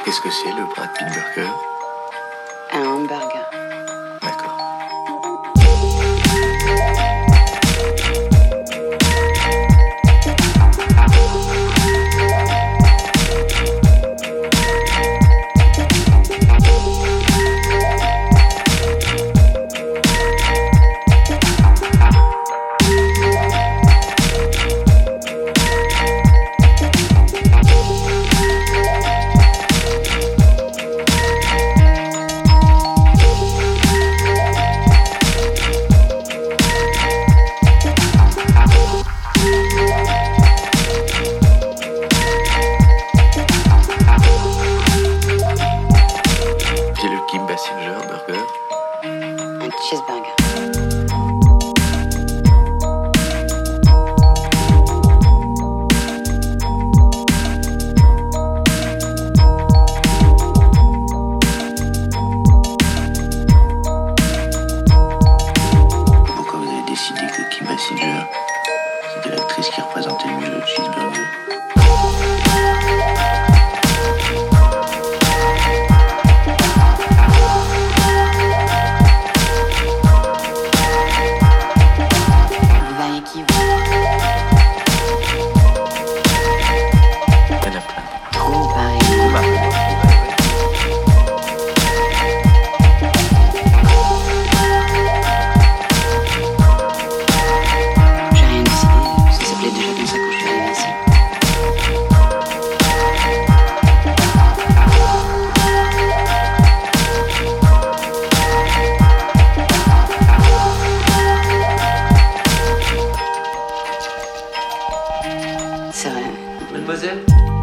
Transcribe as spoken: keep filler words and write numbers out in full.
Qu'est-ce que c'est le Brad Pitt Burger? Un hamburger. D'accord. C'est le Kim Basinger Burger. Un cheeseburger. Pourquoi vous avez décidé que Kim Basinger, c'était l'actrice qui représentait le mieux le cheeseburger? Vous variez qui vous? Il y en a plein. Trop pareil. Bah, J'ai rien décidé. Ça s'appelait déjà comme ça quand je suis arrivée ici. C'est vrai. Mademoiselle,